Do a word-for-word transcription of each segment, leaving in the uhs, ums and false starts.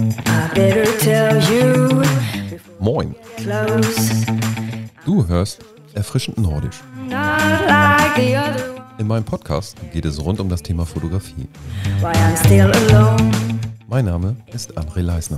Moin. Du hörst Erfrischend Nordisch. In meinem Podcast geht es rund um das Thema Fotografie. Mein Name ist André Leisner.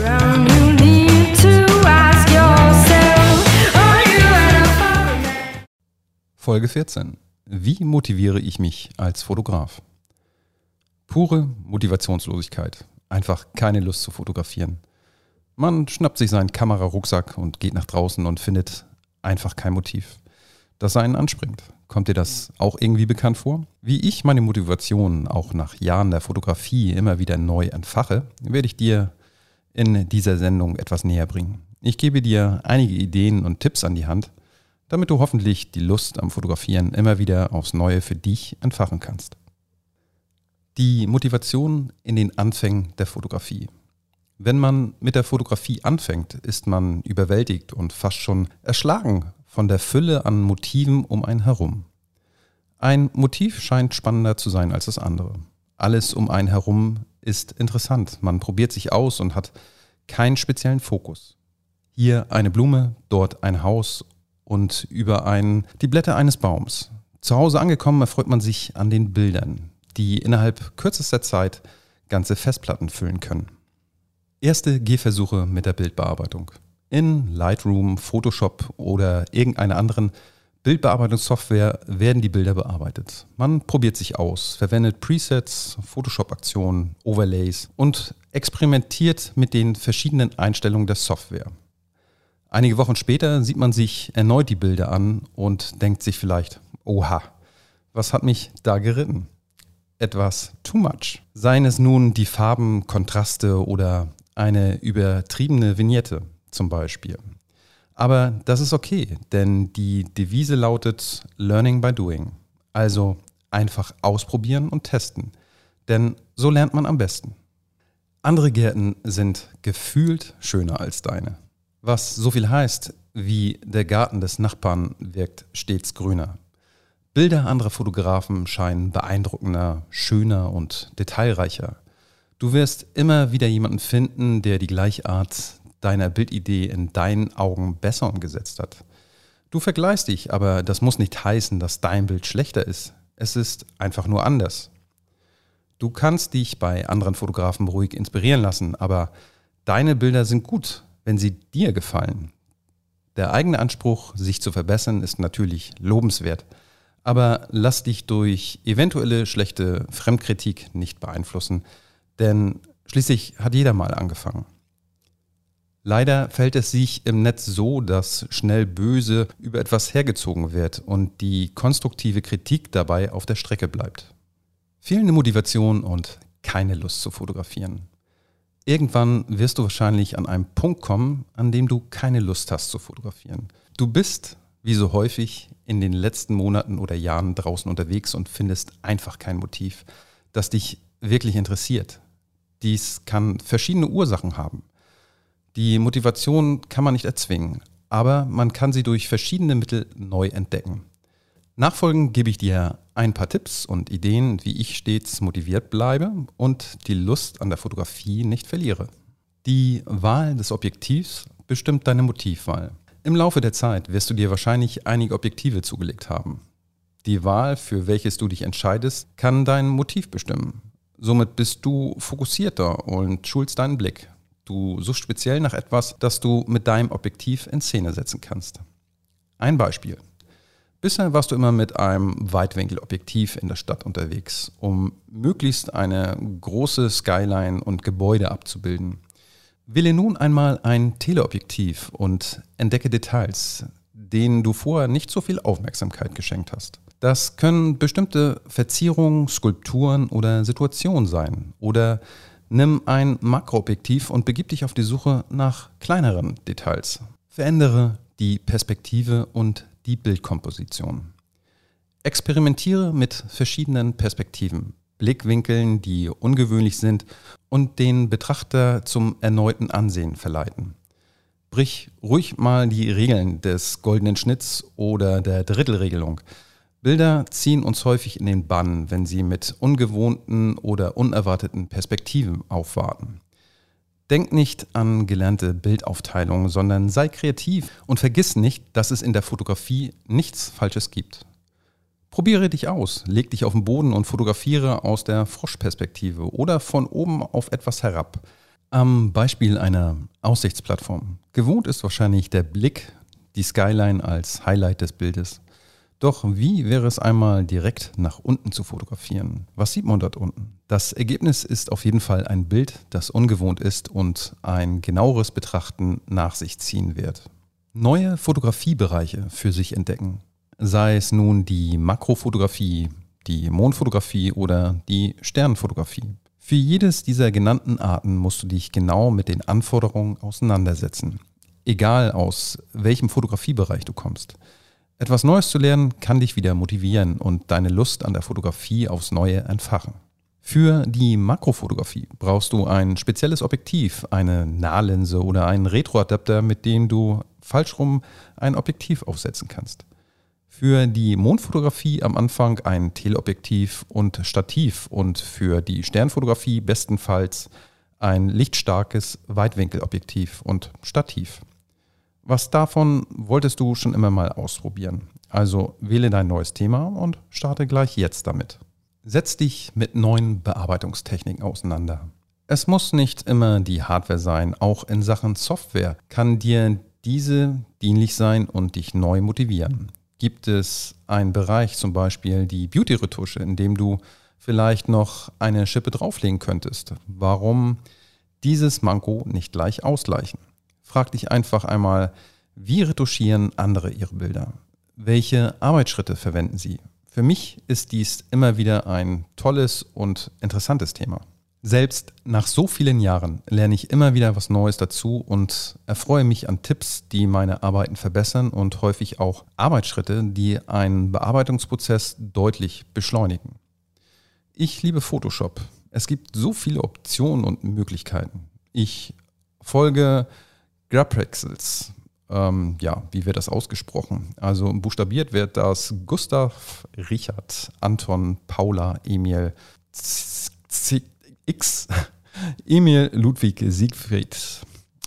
Folge vierzehn. Wie motiviere ich mich als Fotograf? Pure Motivationslosigkeit. Einfach keine Lust zu fotografieren. Man schnappt sich seinen Kamerarucksack und geht nach draußen und findet einfach kein Motiv, das einen anspringt. Kommt dir das auch irgendwie bekannt vor? Wie ich meine Motivation auch nach Jahren der Fotografie immer wieder neu entfache, werde ich dir in dieser Sendung etwas näher bringen. Ich gebe dir einige Ideen und Tipps an die Hand, damit du hoffentlich die Lust am Fotografieren immer wieder aufs Neue für dich entfachen kannst. Die Motivation in den Anfängen der Fotografie. Wenn man mit der Fotografie anfängt, ist man überwältigt und fast schon erschlagen von der Fülle an Motiven um einen herum. Ein Motiv scheint spannender zu sein als das andere. Alles um einen herum ist interessant. Man probiert sich aus und hat keinen speziellen Fokus. Hier eine Blume, dort ein Haus und über einen die Blätter eines Baums. Zu Hause angekommen erfreut man sich an den Bildern, die innerhalb kürzester Zeit ganze Festplatten füllen können. Erste Gehversuche mit der Bildbearbeitung. In Lightroom, Photoshop oder irgendeiner anderen Bildbearbeitungssoftware werden die Bilder bearbeitet. Man probiert sich aus, verwendet Presets, Photoshop-Aktionen, Overlays und experimentiert mit den verschiedenen Einstellungen der Software. Einige Wochen später sieht man sich erneut die Bilder an und denkt sich vielleicht, oha, was hat mich da geritten? Etwas too much. Seien es nun die Farben, Kontraste oder eine übertriebene Vignette zum Beispiel. Aber das ist okay, denn die Devise lautet Learning by Doing. Also einfach ausprobieren und testen. Denn so lernt man am besten. Andere Gärten sind gefühlt schöner als deine. Was so viel heißt, wie der Garten des Nachbarn wirkt stets grüner. Bilder anderer Fotografen scheinen beeindruckender, schöner und detailreicher. Du wirst immer wieder jemanden finden, der die gleiche Art deiner Bildidee in deinen Augen besser umgesetzt hat. Du vergleichst dich, aber das muss nicht heißen, dass dein Bild schlechter ist. Es ist einfach nur anders. Du kannst dich bei anderen Fotografen ruhig inspirieren lassen, aber deine Bilder sind gut, wenn sie dir gefallen. Der eigene Anspruch, sich zu verbessern, ist natürlich lobenswert. Aber lass dich durch eventuelle schlechte Fremdkritik nicht beeinflussen, denn schließlich hat jeder mal angefangen. Leider fällt es sich im Netz so, dass schnell böse über etwas hergezogen wird und die konstruktive Kritik dabei auf der Strecke bleibt. Fehlende Motivation und keine Lust zu fotografieren. Irgendwann wirst du wahrscheinlich an einem Punkt kommen, an dem du keine Lust hast zu fotografieren. Du bist, wie so häufig, in den letzten Monaten oder Jahren draußen unterwegs und findest einfach kein Motiv, das dich wirklich interessiert. Dies kann verschiedene Ursachen haben. Die Motivation kann man nicht erzwingen, aber man kann sie durch verschiedene Mittel neu entdecken. Nachfolgend gebe ich dir ein paar Tipps und Ideen, wie ich stets motiviert bleibe und die Lust an der Fotografie nicht verliere. Die Wahl des Objektivs bestimmt deine Motivwahl. Im Laufe der Zeit wirst du dir wahrscheinlich einige Objektive zugelegt haben. Die Wahl, für welches du dich entscheidest, kann dein Motiv bestimmen. Somit bist du fokussierter und schulst deinen Blick. Du suchst speziell nach etwas, das du mit deinem Objektiv in Szene setzen kannst. Ein Beispiel. Bisher warst du immer mit einem Weitwinkelobjektiv in der Stadt unterwegs, um möglichst eine große Skyline und Gebäude abzubilden. Wähle nun einmal ein Teleobjektiv und entdecke Details, denen du vorher nicht so viel Aufmerksamkeit geschenkt hast. Das können bestimmte Verzierungen, Skulpturen oder Situationen sein. Oder nimm ein Makroobjektiv und begib dich auf die Suche nach kleineren Details. Verändere die Perspektive und die Bildkomposition. Experimentiere mit verschiedenen Perspektiven, Blickwinkeln, die ungewöhnlich sind und den Betrachter zum erneuten Ansehen verleiten. Brich ruhig mal die Regeln des goldenen Schnitts oder der Drittelregelung. Bilder ziehen uns häufig in den Bann, wenn sie mit ungewohnten oder unerwarteten Perspektiven aufwarten. Denk nicht an gelernte Bildaufteilung, sondern sei kreativ und vergiss nicht, dass es in der Fotografie nichts Falsches gibt. Probiere dich aus, leg dich auf den Boden und fotografiere aus der Froschperspektive oder von oben auf etwas herab. Am Beispiel einer Aussichtsplattform. Gewohnt ist wahrscheinlich der Blick, die Skyline als Highlight des Bildes. Doch wie wäre es einmal direkt nach unten zu fotografieren? Was sieht man dort unten? Das Ergebnis ist auf jeden Fall ein Bild, das ungewohnt ist und ein genaueres Betrachten nach sich ziehen wird. Neue Fotografiebereiche für sich entdecken. Sei es nun die Makrofotografie, die Mondfotografie oder die Sternenfotografie. Für jedes dieser genannten Arten musst du dich genau mit den Anforderungen auseinandersetzen. Egal aus welchem Fotografiebereich du kommst. Etwas Neues zu lernen kann dich wieder motivieren und deine Lust an der Fotografie aufs Neue entfachen. Für die Makrofotografie brauchst du ein spezielles Objektiv, eine Nahlinse oder einen Retroadapter, mit dem du falschrum ein Objektiv aufsetzen kannst. Für die Mondfotografie am Anfang ein Teleobjektiv und Stativ und für die Sternfotografie bestenfalls ein lichtstarkes Weitwinkelobjektiv und Stativ. Was davon wolltest du schon immer mal ausprobieren? Also wähle dein neues Thema und starte gleich jetzt damit. Setz dich mit neuen Bearbeitungstechniken auseinander. Es muss nicht immer die Hardware sein, auch in Sachen Software kann dir diese dienlich sein und dich neu motivieren. Gibt es einen Bereich, zum Beispiel die Beauty-Retusche, in dem du vielleicht noch eine Schippe drauflegen könntest? Warum dieses Manko nicht gleich ausgleichen? Frag dich einfach einmal, wie retuschieren andere ihre Bilder? Welche Arbeitsschritte verwenden sie? Für mich ist dies immer wieder ein tolles und interessantes Thema. Selbst nach so vielen Jahren lerne ich immer wieder was Neues dazu und erfreue mich an Tipps, die meine Arbeiten verbessern und häufig auch Arbeitsschritte, die einen Bearbeitungsprozess deutlich beschleunigen. Ich liebe Photoshop. Es gibt so viele Optionen und Möglichkeiten. Ich folge Grapexels. Ähm, ja, wie wird das ausgesprochen? Also buchstabiert wird das Gustav, Richard, Anton, Paula, Emil, Z Z X, Emil, Ludwig, Siegfried,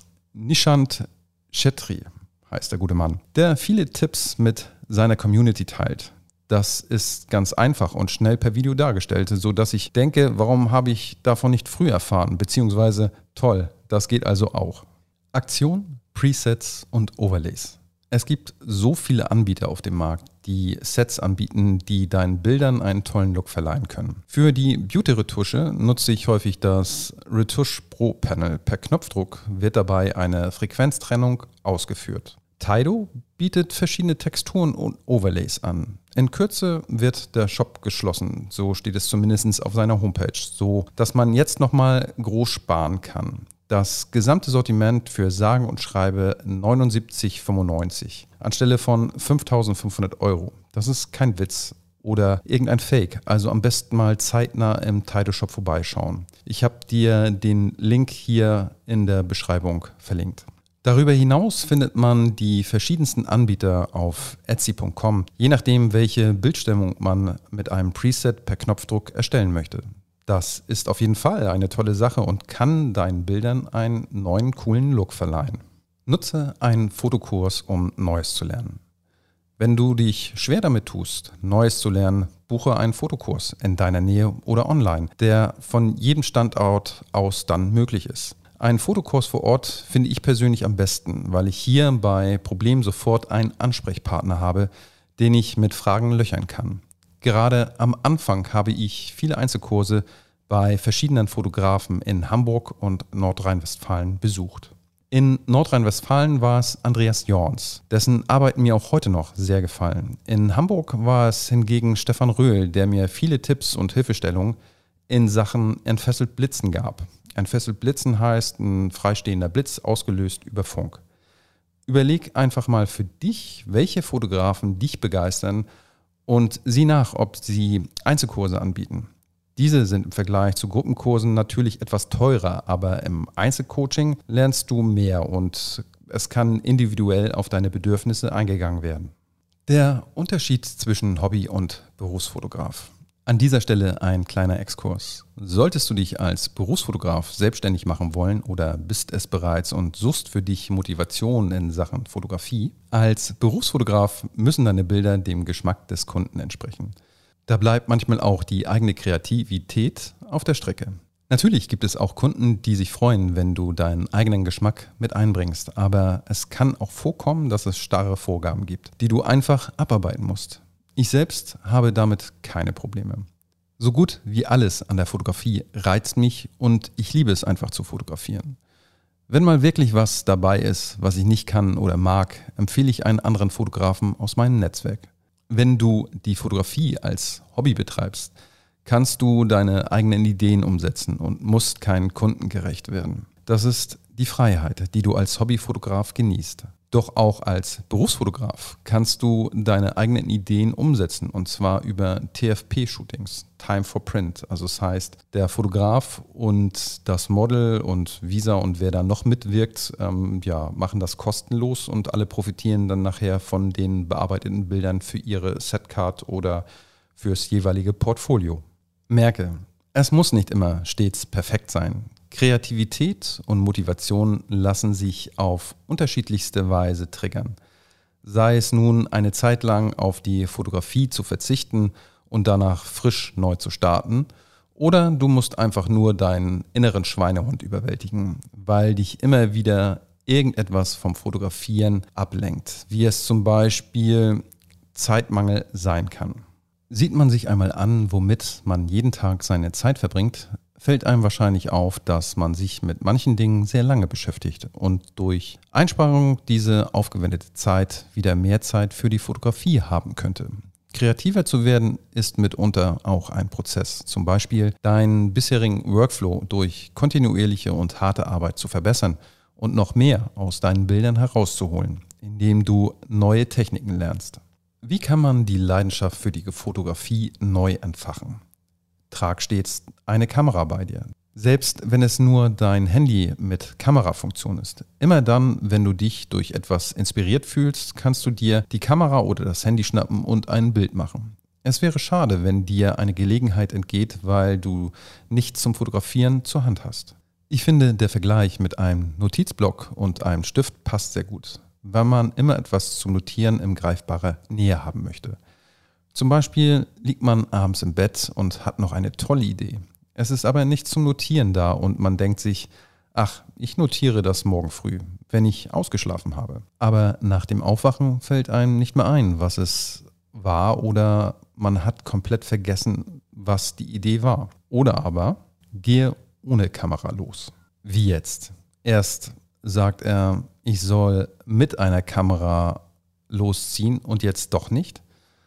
Nishant Chetri heißt der gute Mann, der viele Tipps mit seiner Community teilt. Das ist ganz einfach und schnell per Video dargestellt, sodass ich denke, warum habe ich davon nicht früher erfahren? Beziehungsweise, toll, das geht also auch. Aktion, Presets und Overlays. Es gibt so viele Anbieter auf dem Markt, die Sets anbieten, die deinen Bildern einen tollen Look verleihen können. Für die Beauty-Retusche nutze ich häufig das Retouche Pro Panel. Per Knopfdruck wird dabei eine Frequenztrennung ausgeführt. Taido bietet verschiedene Texturen und Overlays an. In Kürze wird der Shop geschlossen, so steht es zumindest auf seiner Homepage, so dass man jetzt nochmal groß sparen kann. Das gesamte Sortiment für sage und schreibe neunundsiebzig fünfundneunzig anstelle von fünftausendfünfhundert Euro. Das ist kein Witz oder irgendein Fake, also am besten mal zeitnah im Taido-Shop vorbeischauen. Ich habe dir den Link hier in der Beschreibung verlinkt. Darüber hinaus findet man die verschiedensten Anbieter auf Etsy punkt com, je nachdem, welche Bildstimmung man mit einem Preset per Knopfdruck erstellen möchte. Das ist auf jeden Fall eine tolle Sache und kann deinen Bildern einen neuen, coolen Look verleihen. Nutze einen Fotokurs, um Neues zu lernen. Wenn du dich schwer damit tust, Neues zu lernen, buche einen Fotokurs in deiner Nähe oder online, der von jedem Standort aus dann möglich ist. Einen Fotokurs vor Ort finde ich persönlich am besten, weil ich hier bei Problemen sofort einen Ansprechpartner habe, den ich mit Fragen löchern kann. Gerade am Anfang habe ich viele Einzelkurse bei verschiedenen Fotografen in Hamburg und Nordrhein-Westfalen besucht. In Nordrhein-Westfalen war es Andreas Jorns, dessen Arbeiten mir auch heute noch sehr gefallen. In Hamburg war es hingegen Stefan Röhl, der mir viele Tipps und Hilfestellungen in Sachen entfesselt Blitzen gab. Entfesselt Blitzen heißt ein freistehender Blitz, ausgelöst über Funk. Überleg einfach mal für dich, welche Fotografen dich begeistern und sieh nach, ob sie Einzelkurse anbieten. Diese sind im Vergleich zu Gruppenkursen natürlich etwas teurer, aber im Einzelcoaching lernst du mehr und es kann individuell auf deine Bedürfnisse eingegangen werden. Der Unterschied zwischen Hobby- und Berufsfotograf. An dieser Stelle ein kleiner Exkurs. Solltest du dich als Berufsfotograf selbstständig machen wollen oder bist es bereits und suchst für dich Motivation in Sachen Fotografie, als Berufsfotograf müssen deine Bilder dem Geschmack des Kunden entsprechen. Da bleibt manchmal auch die eigene Kreativität auf der Strecke. Natürlich gibt es auch Kunden, die sich freuen, wenn du deinen eigenen Geschmack mit einbringst, aber es kann auch vorkommen, dass es starre Vorgaben gibt, die du einfach abarbeiten musst. Ich selbst habe damit keine Probleme. So gut wie alles an der Fotografie reizt mich und ich liebe es einfach zu fotografieren. Wenn mal wirklich was dabei ist, was ich nicht kann oder mag, empfehle ich einen anderen Fotografen aus meinem Netzwerk. Wenn du die Fotografie als Hobby betreibst, kannst du deine eigenen Ideen umsetzen und musst keinen Kunden gerecht werden. Das ist die Freiheit, die du als Hobbyfotograf genießt. Doch auch als Berufsfotograf kannst du deine eigenen Ideen umsetzen und zwar über T F P-Shootings, Time for Print. Also das heißt, der Fotograf und das Model und Visa und wer da noch mitwirkt, ähm, ja, machen das kostenlos und alle profitieren dann nachher von den bearbeiteten Bildern für ihre Setcard oder fürs jeweilige Portfolio. Merke, es muss nicht immer stets perfekt sein. Kreativität und Motivation lassen sich auf unterschiedlichste Weise triggern. Sei es nun eine Zeit lang auf die Fotografie zu verzichten und danach frisch neu zu starten, oder du musst einfach nur deinen inneren Schweinehund überwältigen, weil dich immer wieder irgendetwas vom Fotografieren ablenkt, wie es zum Beispiel Zeitmangel sein kann. Sieht man sich einmal an, womit man jeden Tag seine Zeit verbringt, fällt einem wahrscheinlich auf, dass man sich mit manchen Dingen sehr lange beschäftigt und durch Einsparung diese aufgewendete Zeit wieder mehr Zeit für die Fotografie haben könnte. Kreativer zu werden ist mitunter auch ein Prozess. Zum Beispiel deinen bisherigen Workflow durch kontinuierliche und harte Arbeit zu verbessern und noch mehr aus deinen Bildern herauszuholen, indem du neue Techniken lernst. Wie kann man die Leidenschaft für die Fotografie neu entfachen? Trag stets eine Kamera bei dir. Selbst wenn es nur dein Handy mit Kamerafunktion ist. Immer dann, wenn du dich durch etwas inspiriert fühlst, kannst du dir die Kamera oder das Handy schnappen und ein Bild machen. Es wäre schade, wenn dir eine Gelegenheit entgeht, weil du nichts zum Fotografieren zur Hand hast. Ich finde, der Vergleich mit einem Notizblock und einem Stift passt sehr gut, weil man immer etwas zum Notieren in greifbarer Nähe haben möchte. Zum Beispiel liegt man abends im Bett und hat noch eine tolle Idee. Es ist aber nichts zum Notieren da und man denkt sich, ach, ich notiere das morgen früh, wenn ich ausgeschlafen habe. Aber nach dem Aufwachen fällt einem nicht mehr ein, was es war oder man hat komplett vergessen, was die Idee war. Oder aber, gehe ohne Kamera los. Wie jetzt? Erst sagt er, ich soll mit einer Kamera losziehen und jetzt doch nicht?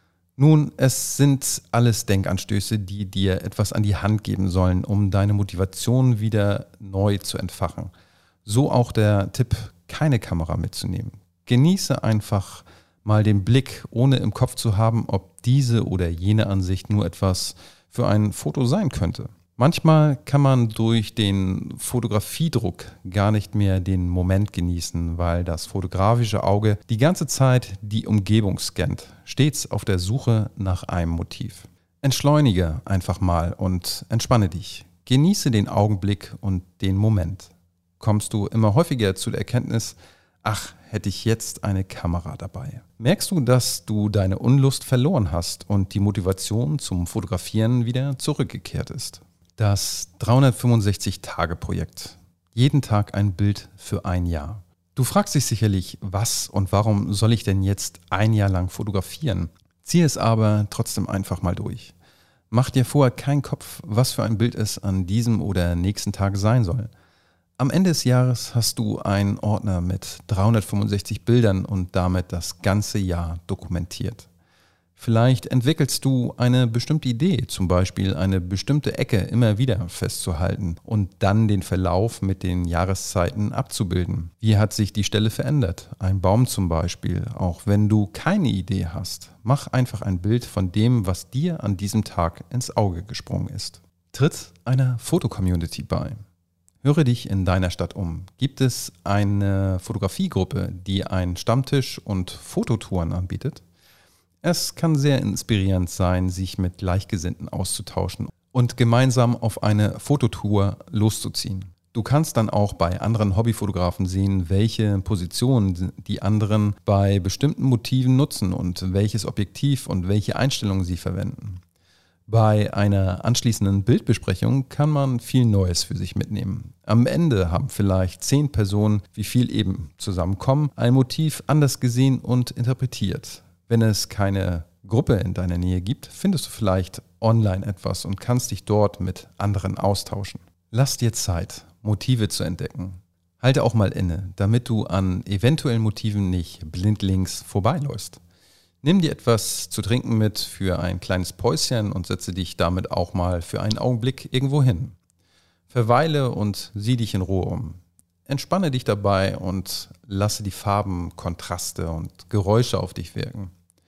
Nun, es sind alles Denkanstöße, die dir etwas an die Hand geben sollen, um deine Motivation wieder neu zu entfachen. So auch der Tipp, keine Kamera mitzunehmen. Genieße einfach mal den Blick, ohne im Kopf zu haben, ob diese oder jene Ansicht nur etwas für ein Foto sein könnte. Manchmal kann man durch den Fotografiedruck gar nicht mehr den Moment genießen, weil das fotografische Auge die ganze Zeit die Umgebung scannt, stets auf der Suche nach einem Motiv. Entschleunige einfach mal und entspanne dich. Genieße den Augenblick und den Moment. Kommst du immer häufiger zu der Erkenntnis, ach, hätte ich jetzt eine Kamera dabei. Merkst du, dass du deine Unlust verloren hast und die Motivation zum Fotografieren wieder zurückgekehrt ist? Das dreihundertfünfundsechzig-Tage-Projekt. Jeden Tag ein Bild für ein Jahr. Du fragst dich sicherlich, was und warum soll ich denn jetzt ein Jahr lang fotografieren? Zieh es aber trotzdem einfach mal durch. Mach dir vorher keinen Kopf, was für ein Bild es an diesem oder nächsten Tag sein soll. Am Ende des Jahres hast du einen Ordner mit dreihundertfünfundsechzig Bildern und damit das ganze Jahr dokumentiert. Vielleicht entwickelst du eine bestimmte Idee, zum Beispiel eine bestimmte Ecke immer wieder festzuhalten und dann den Verlauf mit den Jahreszeiten abzubilden. Wie hat sich die Stelle verändert? Ein Baum zum Beispiel. Auch wenn du keine Idee hast, mach einfach ein Bild von dem, was dir an diesem Tag ins Auge gesprungen ist. Tritt einer Fotocommunity bei. Höre dich in deiner Stadt um. Gibt es eine Fotografiegruppe, die einen Stammtisch und Fototouren anbietet? Es kann sehr inspirierend sein, sich mit Gleichgesinnten auszutauschen und gemeinsam auf eine Fototour loszuziehen. Du kannst dann auch bei anderen Hobbyfotografen sehen, welche Positionen die anderen bei bestimmten Motiven nutzen und welches Objektiv und welche Einstellungen sie verwenden. Bei einer anschließenden Bildbesprechung kann man viel Neues für sich mitnehmen. Am Ende haben vielleicht zehn Personen, wie viel eben zusammenkommen, ein Motiv anders gesehen und interpretiert. Wenn es keine Gruppe in deiner Nähe gibt, findest du vielleicht online etwas und kannst dich dort mit anderen austauschen. Lass dir Zeit, Motive zu entdecken. Halte auch mal inne, damit du an eventuellen Motiven nicht blindlings vorbeiläufst. Nimm dir etwas zu trinken mit für ein kleines Päuschen und setze dich damit auch mal für einen Augenblick irgendwo hin. Verweile und sieh dich in Ruhe um. Entspanne dich dabei und lasse die Farben, Kontraste und Geräusche auf dich wirken.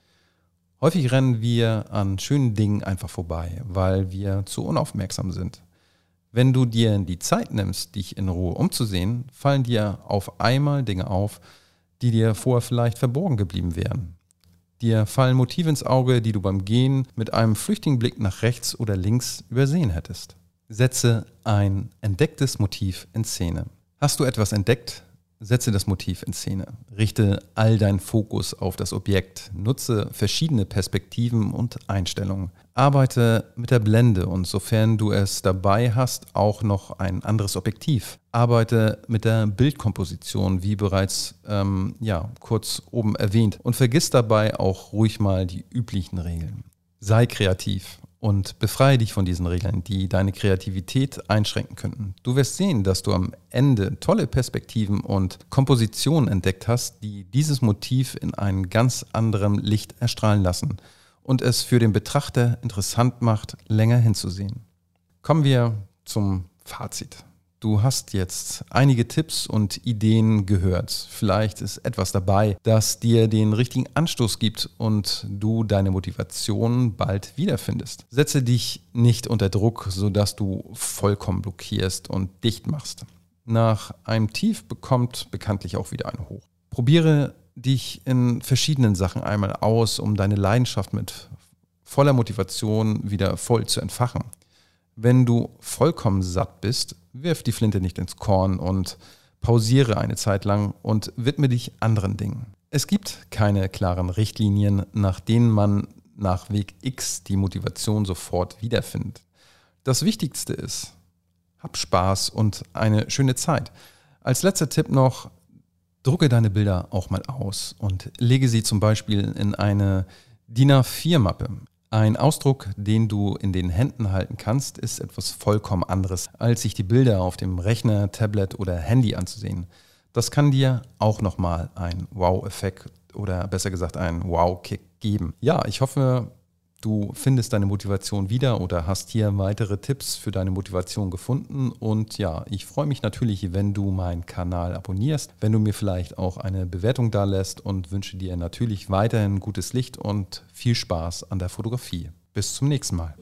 Häufig rennen wir an schönen Dingen einfach vorbei, weil wir zu unaufmerksam sind. Wenn du dir die Zeit nimmst, dich in Ruhe umzusehen, fallen dir auf einmal Dinge auf, die dir vorher vielleicht verborgen geblieben wären. Dir fallen Motive ins Auge, die du beim Gehen mit einem flüchtigen Blick nach rechts oder links übersehen hättest. Setze ein entdecktes Motiv in Szene. Hast du etwas entdeckt? Setze das Motiv in Szene. Richte all deinen Fokus auf das Objekt. Nutze verschiedene Perspektiven und Einstellungen. Arbeite mit der Blende und sofern du es dabei hast, auch noch ein anderes Objektiv. Arbeite mit der Bildkomposition, wie bereits ähm, ja, kurz oben erwähnt. Und vergiss dabei auch ruhig mal die üblichen Regeln. Sei kreativ. Und befreie dich von diesen Regeln, die deine Kreativität einschränken könnten. Du wirst sehen, dass du am Ende tolle Perspektiven und Kompositionen entdeckt hast, die dieses Motiv in einem ganz anderen Licht erstrahlen lassen und es für den Betrachter interessant macht, länger hinzusehen. Kommen wir zum Fazit. Du hast jetzt einige Tipps und Ideen gehört. Vielleicht ist etwas dabei, das dir den richtigen Anstoß gibt und du deine Motivation bald wiederfindest. Setze dich nicht unter Druck, sodass du vollkommen blockierst und dicht machst. Nach einem Tief bekommt bekanntlich auch wieder ein Hoch. Probiere dich in verschiedenen Sachen einmal aus, um deine Leidenschaft mit voller Motivation wieder voll zu entfachen. Wenn du vollkommen satt bist, wirf die Flinte nicht ins Korn und pausiere eine Zeit lang und widme dich anderen Dingen. Es gibt keine klaren Richtlinien, nach denen man nach Weg X die Motivation sofort wiederfindet. Das Wichtigste ist, hab Spaß und eine schöne Zeit. Als letzter Tipp noch, drucke deine Bilder auch mal aus und lege sie zum Beispiel in eine D I N A vier Mappe. Ein Ausdruck, den du in den Händen halten kannst, ist etwas vollkommen anderes, als sich die Bilder auf dem Rechner, Tablet oder Handy anzusehen. Das kann dir auch nochmal einen Wow-Effekt oder besser gesagt einen Wow-Kick geben. Ja, ich hoffe, du findest deine Motivation wieder oder hast hier weitere Tipps für deine Motivation gefunden. Und ja, ich freue mich natürlich, wenn du meinen Kanal abonnierst, wenn du mir vielleicht auch eine Bewertung da lässt und wünsche dir natürlich weiterhin gutes Licht und viel Spaß an der Fotografie. Bis zum nächsten Mal.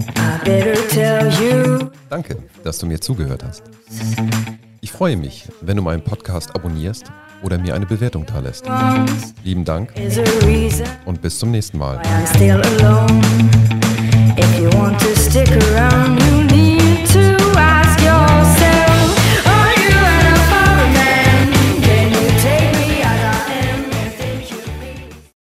Danke, dass du mir zugehört hast. Ich freue mich, wenn du meinen Podcast abonnierst oder mir eine Bewertung da lässt. Lieben Dank und bis zum nächsten Mal.